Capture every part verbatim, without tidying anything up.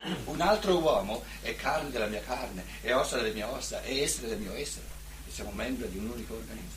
Un altro uomo è carne della mia carne, è ossa delle mie ossa, è essere del mio essere, e siamo membri di un unico organismo.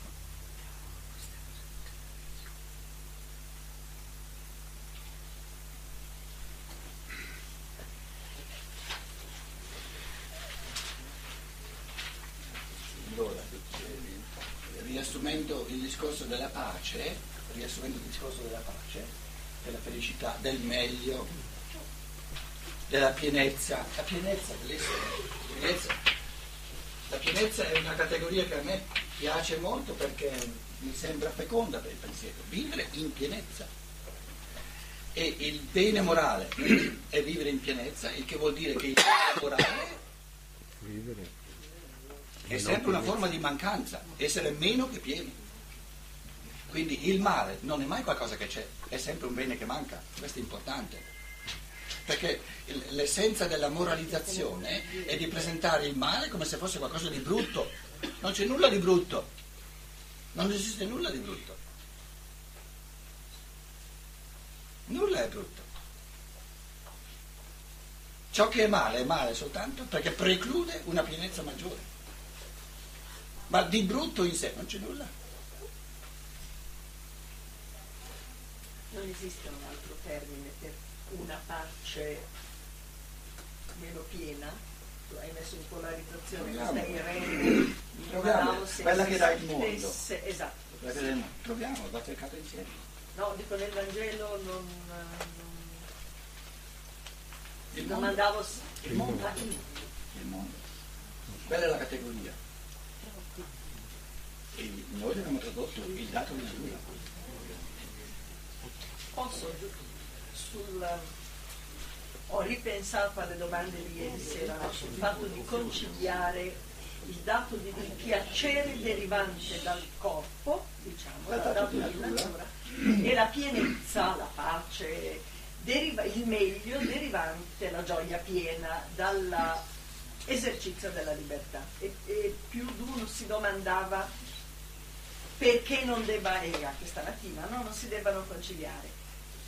Allora, riassumendo il discorso della pace, riassumendo il discorso della pace, della felicità, del meglio, della pienezza, la pienezza dell'essere, la pienezza. La pienezza è una categoria che a me piace molto perché mi sembra feconda per il pensiero, vivere in pienezza. E il bene morale è vivere in pienezza, il che vuol dire che il bene morale è sempre una forma di mancanza, essere meno che pieni. Quindi il male non è mai qualcosa che c'è, è sempre un bene che manca, questo è importante. Perché l'essenza della moralizzazione è di presentare il male come se fosse qualcosa di brutto. Non c'è nulla di brutto, non esiste nulla di brutto. Nulla è brutto. Ciò che è male è male soltanto perché preclude una pienezza maggiore. Ma di brutto in sé non c'è nulla. Non esiste un altro termine per una pace meno piena. Tu hai messo in polarizzazione questa irene, troviamo quella che dà il mondo. Esatto. Quella che sì. Troviamo, va cercato insieme. No, dico nel Vangelo non, non, il non mondo. mandavo il mondo. Il mondo. Quella è la categoria. E noi abbiamo tradotto il dato di natura. Posso sul ho ripensato alle domande di ieri sera sul fatto di conciliare il dato di, di piacere derivante dal corpo, diciamo, dal dato di natura, e la pienezza, la pace, deriva, il meglio derivante, la gioia piena dall'esercizio della libertà. E, e più di uno si domandava perché non debba, e anche stamattina, no? Non si debbano conciliare.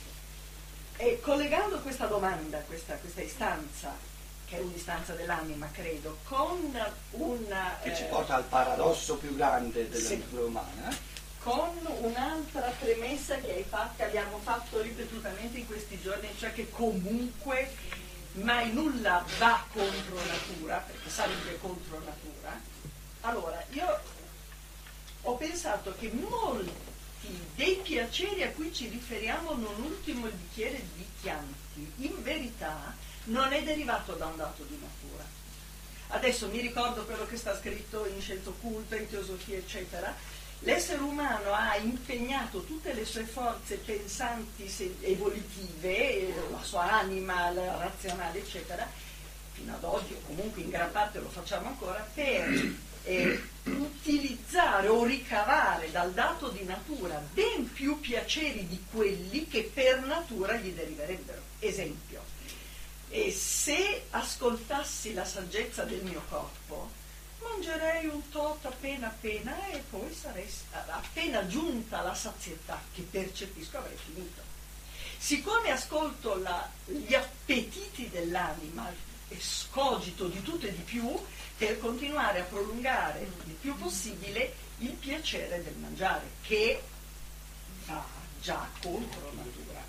E collegando questa domanda, questa, questa istanza, che è un'istanza dell'anima, credo, con una... Che eh, ci porta al paradosso più grande della sì. natura umana. Con un'altra premessa che, hai fatto, che abbiamo fatto ripetutamente in questi giorni, cioè che comunque mai nulla va contro natura, perché sarebbe contro natura. Allora, io ho pensato che molti dei piaceri a cui ci riferiamo, non ultimo il bicchiere di Chianti, in verità non è derivato da un dato di natura. Adesso mi ricordo quello che sta scritto in scienza occulta, in teosofia, eccetera. L'essere umano ha impegnato tutte le sue forze pensanti, evolutive, la sua anima, la razionale, eccetera, fino ad oggi, o comunque in gran parte lo facciamo ancora, per eh, utilizzare o ricavare dal dato di natura ben più piaceri di quelli che per natura gli deriverebbero. Esempio, e se ascoltassi la saggezza del mio corpo, mangerei un tot appena appena e poi sarei appena giunta alla sazietà che percepisco avrei finito. Siccome ascolto la, gli appetiti dell'anima e scogito di tutto e di più per continuare a prolungare il più possibile il piacere del mangiare, che va già contro natura.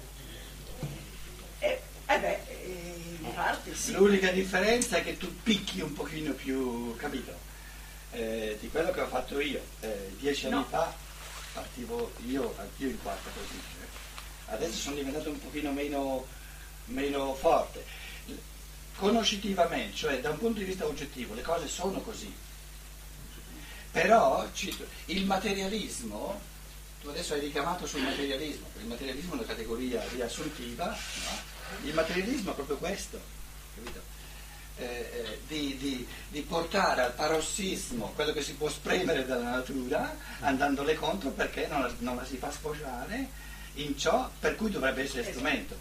E, eh beh, in parte sì. L'unica differenza è che tu picchi un pochino più, capito, eh, di quello che ho fatto io. Eh, dieci anni no. fa partivo io, anch'io in quarta posizione. Adesso sono diventato un pochino meno, meno forte. Conoscitivamente, cioè da un punto di vista oggettivo, le cose sono così. Però il materialismo, tu adesso hai richiamato sul materialismo, il materialismo è una categoria riassuntiva, no? Il materialismo è proprio questo, capito? Eh, eh, di, di, di portare al parossismo quello che si può spremere dalla natura, andandole contro perché non la, non la si fa sfociare in ciò per cui dovrebbe essere strumento.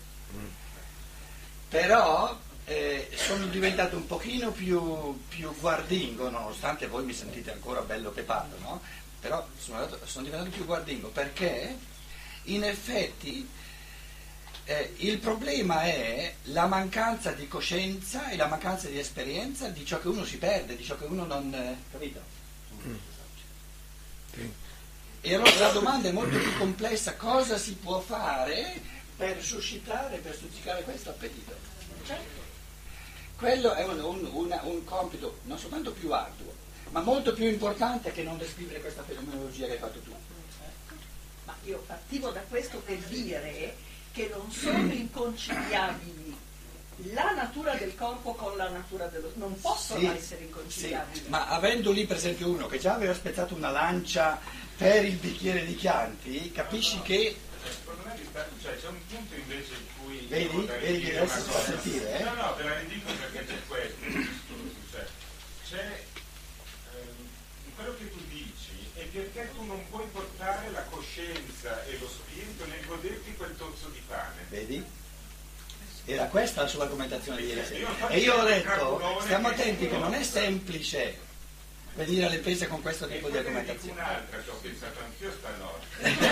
Però eh, sono diventato un pochino più, più guardingo, nonostante voi mi sentite ancora bello che parlo, no? Però sono, andato, sono diventato più guardingo perché in effetti Eh, il problema è la mancanza di coscienza e la mancanza di esperienza di ciò che uno si perde, di ciò che uno non... Eh, capito? Mm. Sì. E allora la domanda è molto più complessa: cosa si può fare per suscitare, per stuzzicare questo appetito? Certo. Quello è un, un, una, un compito non soltanto più arduo, ma molto più importante che non descrivere questa fenomenologia che hai fatto tu. Ma io partivo da questo per dire che non sono inconciliabili la natura del corpo con la natura dello... non possono sì, essere inconciliabili. Sì, ma avendo lì per esempio uno che già aveva spezzato una lancia per il bicchiere di Chianti, capisci no, no. che... Secondo me cioè, c'è un punto invece in cui... Vedi? Vedi che adesso si fa sentire, eh? No, no, te la ridico perché c'è questo. Cioè, c'è... Ehm, quello che tu dici è perché tu non puoi portare la coscienza e lo spirito nel goderti quel tozzo di pane. Vedi? Era questa la sua argomentazione di ieri sera. E io ho detto, stiamo attenti che non è semplice venire alle prese con questo tipo di argomentazione. Un'altra che ho pensato anch'io stanotte.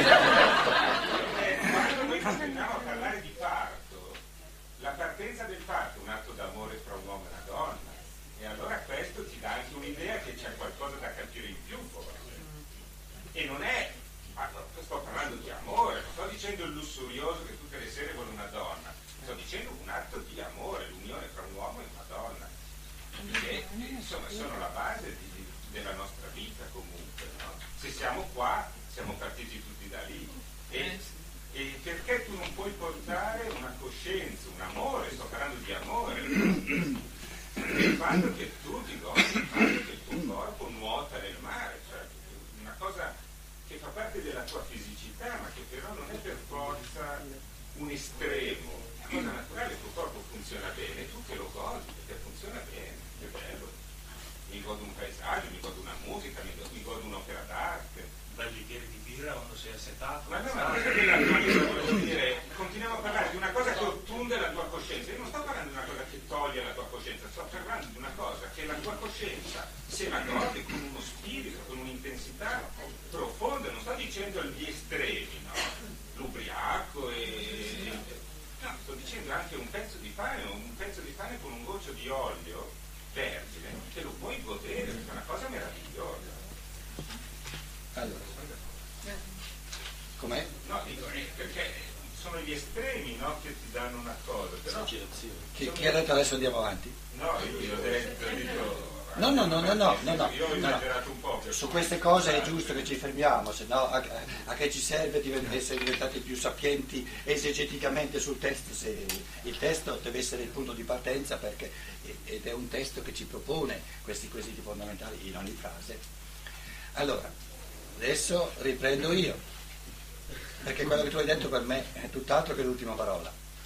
Quando noi continuiamo a parlare di parto, la partenza del parto è un atto d'amore fra un uomo e una donna. E allora questo ti dà anche un'idea che c'è qualcosa da capire in più forse. E non è, sto parlando di amore, non sto dicendo il lussurioso che tutte le sere vuole una donna, sto dicendo un atto di amore, l'unione tra un uomo e una donna, che insomma sono la base di, della nostra vita comunque, no? Se siamo qua, siamo partiti tutti da lì. E, e perché tu non puoi portare una coscienza, un amore, sto parlando di amore, il fatto che tu ti godi, il fatto che il tuo corpo nuota nel mare, cioè una cosa che fa parte della tua fisicità, ma che però non è per forza un estremo, è una cosa naturale, il tuo corpo funziona bene, tu che lo godi, perché funziona bene, che bello, mi godo un paesaggio, mi godo una musica, mi godo, mi godo un'opera d'arte. Dai bicchieri di birra quando sei assetato. Ma no, ma questa è la voglio dire, continuiamo a parlare di una cosa che ottunde la tua coscienza. Io non sto parlando di una cosa che toglie la tua coscienza, sto parlando di una cosa che la tua coscienza, se la godi con uno spirito, con un'intensità profonda, non sto dicendo gli estremi, no? L'ubriaco e... no, sto dicendo anche un pezzo di pane, un pezzo di pane con un goccio di olio vergine, che lo puoi godere, perché è una cosa meravigliosa. Allora, com'è? No, dico, eh, perché sono gli estremi, no, che ti danno una cosa. Però che, chi ha detto adesso andiamo avanti? No, io ho detto, dico... No, no, no, no, no, no, no, io ho esagerato un po'. Su queste cose è giusto che ci fermiamo, se no a, a che ci serve di essere diventati più sapienti esegeticamente sul testo, se il testo deve essere il punto di partenza, perché ed è un testo che ci propone questi quesiti fondamentali in ogni frase. Allora, adesso riprendo io, perché quello che tu hai detto per me è tutt'altro che l'ultima parola.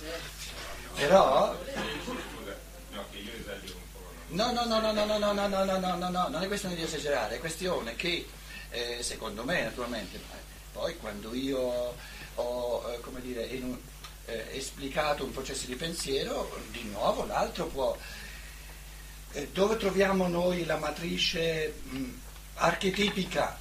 Però... No, che io esagero un po'. No, no, no, no, no, no, no, no, no, no, no, no, no, non è questione di esagerare, è questione che, eh, secondo me, naturalmente, poi quando io ho, eh, come dire, in un, eh, esplicato un processo di pensiero, di nuovo l'altro può... Eh, dove troviamo noi la matrice mh, archetipica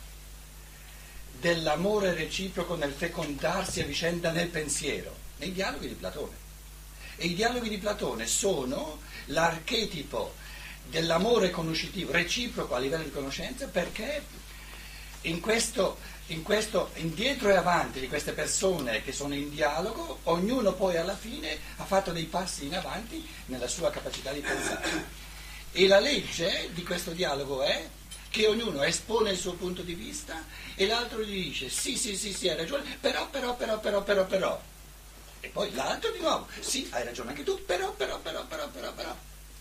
dell'amore reciproco nel fecondarsi a vicenda nel pensiero? Nei dialoghi di Platone. E i dialoghi di Platone sono l'archetipo dell'amore conoscitivo reciproco a livello di conoscenza, perché in questo, in questo indietro e avanti di queste persone che sono in dialogo, ognuno poi alla fine ha fatto dei passi in avanti nella sua capacità di pensare. E la legge di questo dialogo è che ognuno espone il suo punto di vista e l'altro gli dice sì, sì, sì, sì, hai ragione, però, però, però, però, però, però. E poi l'altro di nuovo, sì, hai ragione anche tu, però, però, però, però, però, però.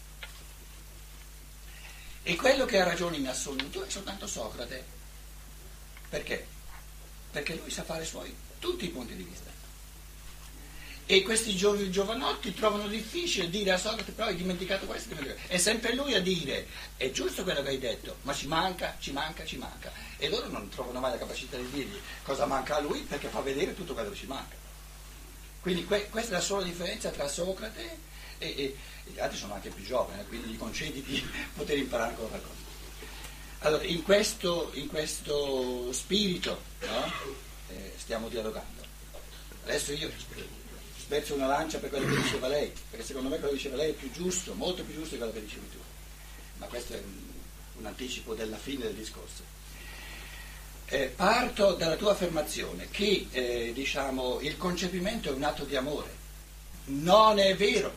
E quello che ha ragione in assoluto è soltanto Socrate. Perché? Perché lui sa fare suoi tutti i punti di vista. E questi giovani giovanotti trovano difficile dire a Socrate, però hai dimenticato questo, dimenticato. È sempre lui a dire, è giusto quello che hai detto, ma ci manca, ci manca, ci manca. E loro non trovano mai la capacità di dirgli cosa manca a lui, perché fa vedere tutto quello che ci manca. Quindi que- questa è la sola differenza tra Socrate e, e gli altri sono anche più giovani, eh, quindi gli concedi di poter imparare ancora qualcosa. Allora, in questo, in questo spirito, no? eh, stiamo dialogando. Adesso io spezzo una lancia per quello che diceva lei, perché secondo me quello che diceva lei è più giusto, molto più giusto di quello che dicevi tu, ma questo è un, un anticipo della fine del discorso. Eh, parto dalla tua affermazione che eh, diciamo il concepimento è un atto di amore. Non è vero.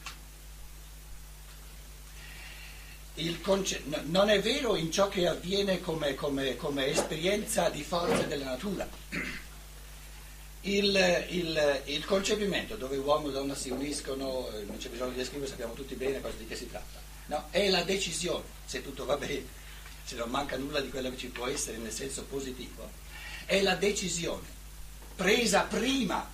Il conce- no, non è vero in ciò che avviene come, come, come esperienza di forza della natura. Il, il, il concepimento dove uomo e donna si uniscono, eh, non c'è bisogno di descrivere, sappiamo tutti bene cosa, di che si tratta. No, è la decisione, se tutto va bene, se non manca nulla di quello che ci può essere nel senso positivo, è la decisione presa prima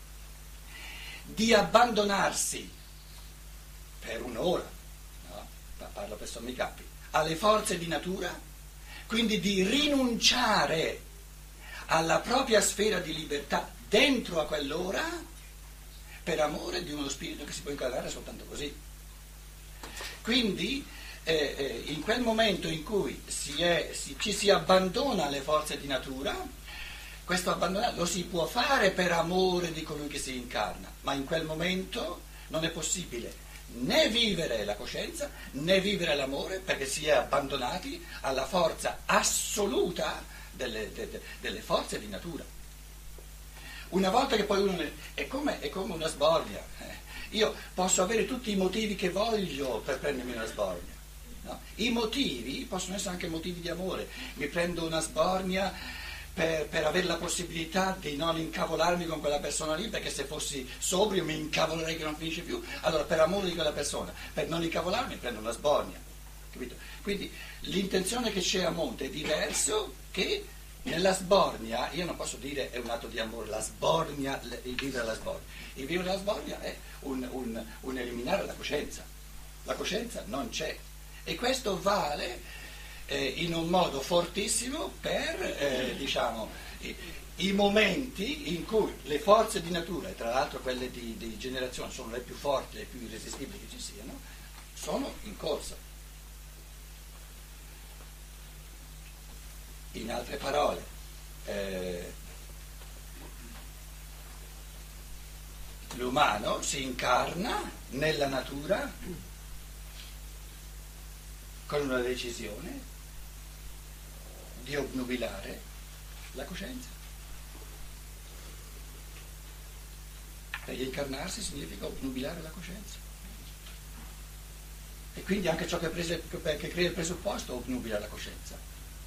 di abbandonarsi per un'ora, no? Parlo per sommi capi, alle forze di natura, quindi di rinunciare alla propria sfera di libertà dentro a quell'ora per amore di uno spirito che si può incarnare soltanto così. Quindi eh, eh, in quel momento in cui si è, si, ci si abbandona alle forze di natura, questo abbandonare lo si può fare per amore di colui che si incarna, ma in quel momento non è possibile né vivere la coscienza né vivere l'amore, perché si è abbandonati alla forza assoluta delle, de, de, delle forze di natura. Una volta che poi uno ne, è, come, è come una sbornia, eh. Io posso avere tutti i motivi che voglio per prendermi una sbornia, no? I motivi possono essere anche motivi di amore. Mi prendo una sbornia Per, per avere la possibilità di non incavolarmi con quella persona lì, perché se fossi sobrio mi incavolerei che non finisce più. Allora per amore di quella persona, per non incavolarmi prendo una sbornia, capito? Quindi l'intenzione che c'è a monte è diverso che nella sbornia. Io non posso dire è un atto di amore la sbornia, il vivere la sbornia. Il vivere la sbornia è un, un, un eliminare la coscienza. La coscienza non c'è, e questo vale Eh, in un modo fortissimo per eh, diciamo, i, i momenti in cui le forze di natura, e tra l'altro quelle di, di generazione sono le più forti, le più irresistibili che ci siano, sono in corsa. In altre parole, eh, l'umano si incarna nella natura con una decisione di obnubilare la coscienza. Perché incarnarsi significa obnubilare la coscienza. E quindi anche ciò che, prese, che crea il presupposto obnubila la coscienza.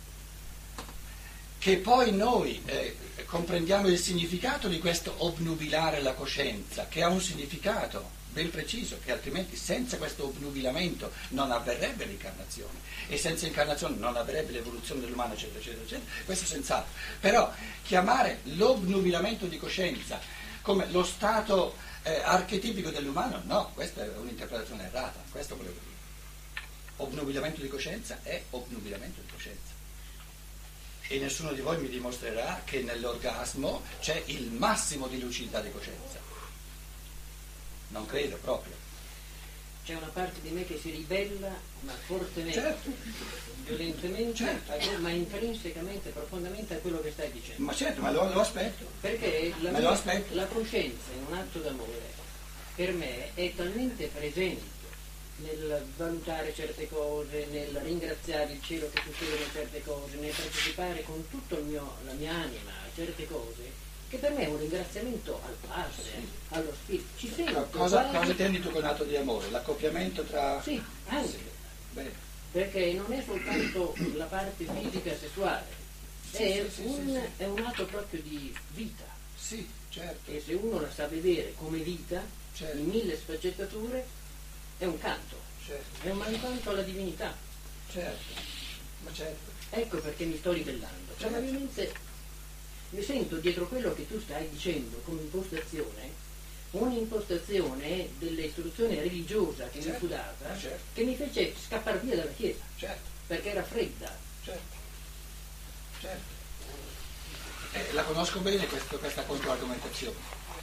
Che poi noi eh, comprendiamo il significato di questo obnubilare la coscienza, che ha un significato ben preciso, che altrimenti senza questo obnubilamento non avverrebbe l'incarnazione, e senza incarnazione non avverrebbe l'evoluzione dell'umano, eccetera, eccetera, eccetera. Questo senz'altro. Però chiamare l'obnubilamento di coscienza come lo stato eh, archetipico dell'umano, no, questa è un'interpretazione errata, questo volevo dire. Obnubilamento di coscienza è obnubilamento di coscienza. E nessuno di voi mi dimostrerà che nell'orgasmo c'è il massimo di lucidità di coscienza. Non credo proprio. C'è una parte di me che si ribella, ma fortemente, certo. violentemente, certo. a, ma intrinsecamente, profondamente a quello che stai dicendo. Ma certo, ma lo, lo aspetto. Perché la, me lo aspetto. la coscienza in un atto d'amore, per me, è talmente presente nel valutare certe cose, nel ringraziare il cielo che succedono certe cose, nel partecipare con tutta la mia anima a certe cose, che per me è un ringraziamento al Padre, sì. allo Spirito. Ci sento. Cosa, quasi... cosa intendi tu con atto di amore? L'accoppiamento tra... Sì, anche. Sì. Bene. Perché non è soltanto la parte fisica sessuale, sì, è, sì, un, sì, sì. è un atto proprio di vita. Sì, certo. E se uno la sa vedere come vita, certo. in mille sfaccettature, è un canto. Certo. È un mancanto alla divinità. Certo, ma certo. Ecco perché mi sto ribellando. Certo. Probabilmente mi sento dietro quello che tu stai dicendo come impostazione, un'impostazione dell'istruzione religiosa che certo. mi fu data, certo. che mi fece scappare via dalla Chiesa, certo. perché era fredda. Certo, certo. Eh, la conosco bene questo, questa controargomentazione.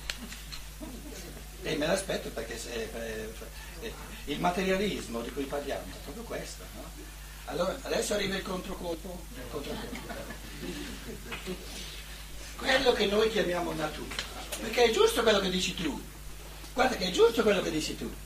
E me l'aspetto perché se, eh, eh, il materialismo di cui parliamo è proprio questo, no? Allora, adesso arriva il controcolpo, il controcolpo. Quello che noi chiamiamo natura Perché è giusto quello che dici tu. Guarda che è giusto quello che dici tu.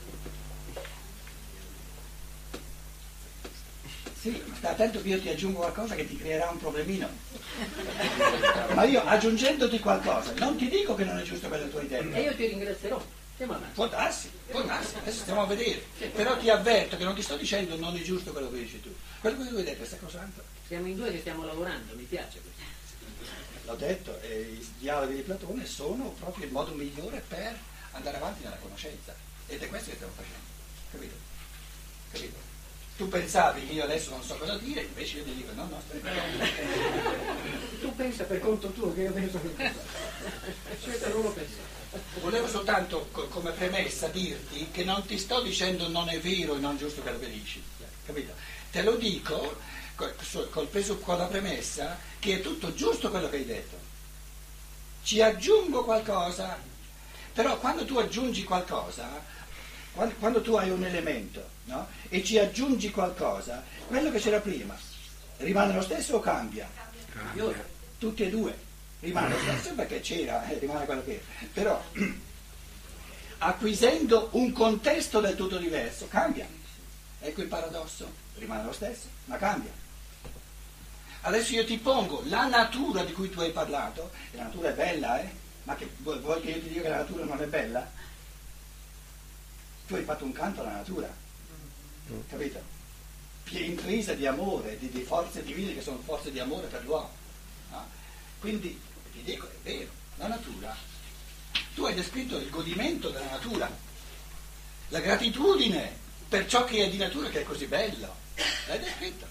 Sì, ma sta attento che io ti aggiungo qualcosa che ti creerà un problemino. Ma io aggiungendoti qualcosa, non ti dico che non è giusto quello che tu hai detto. E io ti ringrazierò. Stiamo avanti. Può darsi, può darsi, adesso stiamo a vedere. Però ti avverto che non ti sto dicendo non è giusto quello che dici tu. Quello che tu hai detto è sacrosanto. Siamo in due che stiamo lavorando, mi piace questo. L'ho detto, eh, i dialoghi di Platone sono proprio il modo migliore per andare avanti nella conoscenza. Ed è questo che stiamo facendo. Capito? Capito? Tu pensavi che io adesso non so cosa dire, invece io ti dico no, no, stai bene. Tu pensa per conto tuo che io penso che cosa. Questo non lo penso. Volevo soltanto co- come premessa dirti che non ti sto dicendo non è vero e non giusto quello che dici, capito? Te lo dico col, col preso, con la premessa che è tutto giusto quello che hai detto. Ci aggiungo qualcosa, però quando tu aggiungi qualcosa, quando, quando tu hai un elemento, no? E ci aggiungi qualcosa, quello che c'era prima rimane lo stesso o cambia? Io, tutti e due. Rimane lo stesso perché c'era, eh, rimane quello che era. Però acquisendo un contesto del tutto diverso, cambia. Ecco il paradosso, rimane lo stesso, ma cambia. Adesso io ti pongo la natura di cui tu hai parlato, e la natura è bella, eh? Ma che, vuoi che io ti dica che la natura non è bella? Tu hai fatto un canto alla natura, capito? Intrisa di amore, di, di forze divine che sono forze di amore per l'uomo. No? Quindi ti dico, è vero, la natura, tu hai descritto il godimento della natura, la gratitudine per ciò che è di natura, che è così bello, l'hai descritto.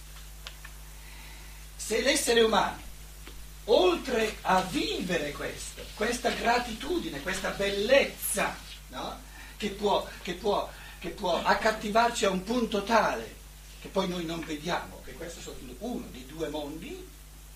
Se l'essere umano, oltre a vivere questo, questa gratitudine, questa bellezza, no? che, può, che, può, che può accattivarci a un punto tale che poi noi non vediamo che questo è soltanto uno di due mondi,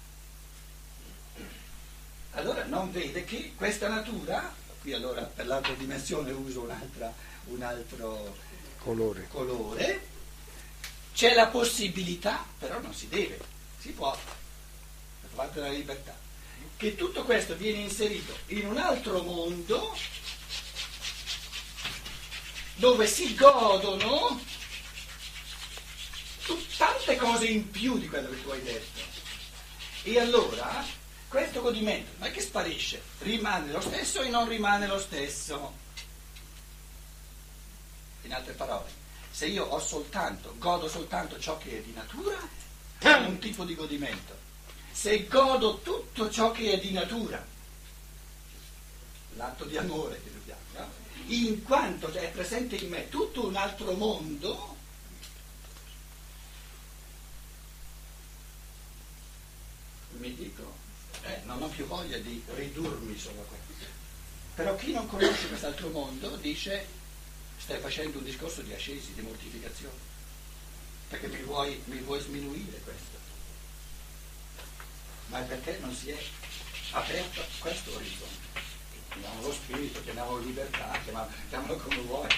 allora non vede che questa natura, qui allora per l'altra dimensione uso un'altra, un altro colore. colore, c'è la possibilità, però non si deve, si può, per parte della libertà, che tutto questo viene inserito in un altro mondo dove si godono tante cose in più di quello che tu hai detto. E allora questo godimento non è che sparisce, rimane lo stesso e non rimane lo stesso. In altre parole, se io ho soltanto, godo soltanto ciò che è di natura, è un tipo di godimento. Se godo tutto ciò che è di natura, l'atto di amore che dobbiamo, no? In quanto è presente in me tutto un altro mondo, mi dico, eh, non ho più voglia di ridurmi solo a questo. Però chi non conosce quest'altro mondo dice, stai facendo un discorso di ascesi, di mortificazione, perché mi vuoi, mi vuoi sminuire questo. Ma è perché non si è aperto a questo orizzonte. Chiamiamolo lo spirito, chiamiamolo libertà, chiamiamolo, chiamiamolo come vuoi.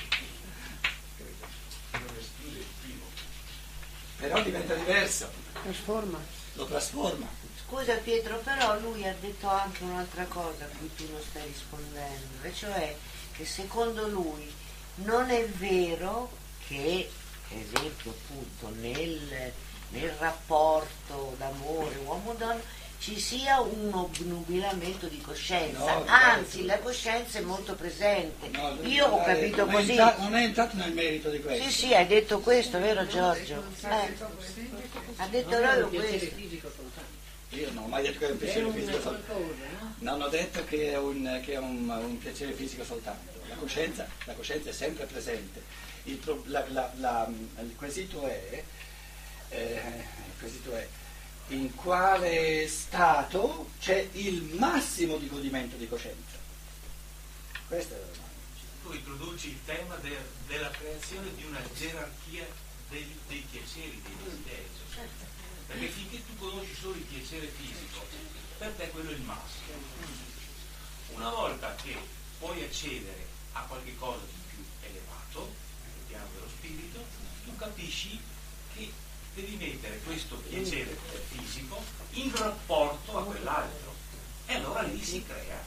Non esclude il primo. Però diventa diverso. Trasforma. Lo trasforma. Scusa Pietro, però lui ha detto anche un'altra cosa a cui tu non stai rispondendo, e cioè che secondo lui non è vero che, per esempio appunto nel, nel rapporto d'amore uomo-donna ci sia un obnubilamento di coscienza, No, anzi no, la coscienza è molto presente. No, lui Io non ho è- capito non è così. entrato- non è entrato nel merito di questo. Sì, sì, hai detto questo, vero Giorgio? Eh, ha detto Non è un proprio piacere questo. fisico soltanto. Io non ho mai detto che è un È piacere un fisico soltanto. qualcosa, no? Non ho detto che è un, che è un, un piacere fisico soltanto. La coscienza, la coscienza è sempre presente. Il, pro- la- la- la- il quesito è, eh, il quesito è in quale stato c'è il massimo di godimento di coscienza. Questa è la domanda. Tu introduci il tema de- della creazione di una gerarchia dei, dei piaceri, dei desideri. Perché finché tu conosci solo il piacere fisico, per te quello è il massimo. Una volta che puoi accedere a qualche cosa di più elevato, nel piano dello spirito, tu capisci che devi mettere questo piacere fisico in rapporto a quell'altro. E allora lì si crea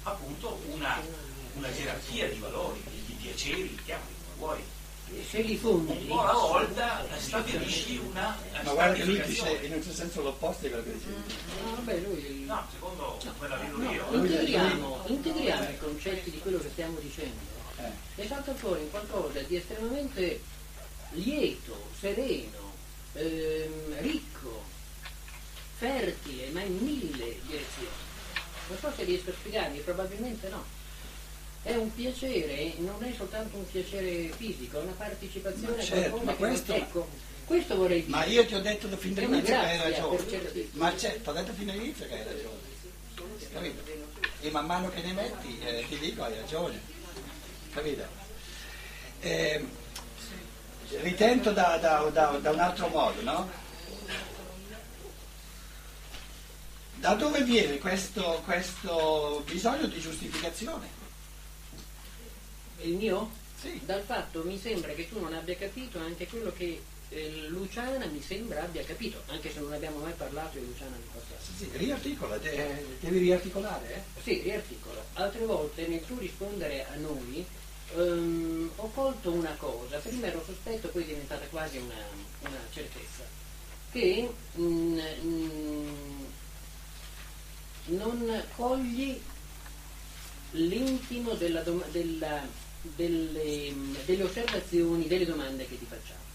appunto una, una gerarchia di valori, di piaceri, chiamali come vuoi. Se li fondi, Un po' alla volta stabilisci una Ma guarda che lui dice stratificazione. in un certo senso l'opposto di quello che dice. no, vabbè, lui No, secondo come la vedo no, io. integriamo, integriamo i concetti di quello che stiamo dicendo Eh. e salta fuori in qualcosa di estremamente lieto, sereno, ehm, ricco, fertile, ma in mille direzioni. Non so se riesco a spiegarmi, probabilmente no. È un piacere, non è soltanto un piacere fisico, è una partecipazione Ma a certo, qualcosa ma che questo- non- ecco, questo vorrei dire. Ma io ti ho detto da fin È una dall'inizio che hai grazia ragione. per certi- Ma certo, ti ho detto fin dall'inizio che hai ragione. Capito? E man mano che ne metti eh, ti dico hai ragione. Capito? Eh, ritento da, da- da- da un altro modo, no? Da dove viene questo, questo bisogno di giustificazione? Il mio? Sì. Dal fatto mi sembra che tu non abbia capito anche quello che eh, Luciana mi sembra abbia capito, anche se non abbiamo mai parlato di Luciana nel passato. Sì, sì, riarticola, de- devi riarticolare, eh? Sì, riarticolo. Altre volte nel tuo rispondere a noi ehm, ho colto una cosa, prima ero sospetto, poi è diventata quasi una, una certezza, che mm, mm, non cogli l'intimo della dom- della- delle, delle osservazioni, delle domande che ti facciamo.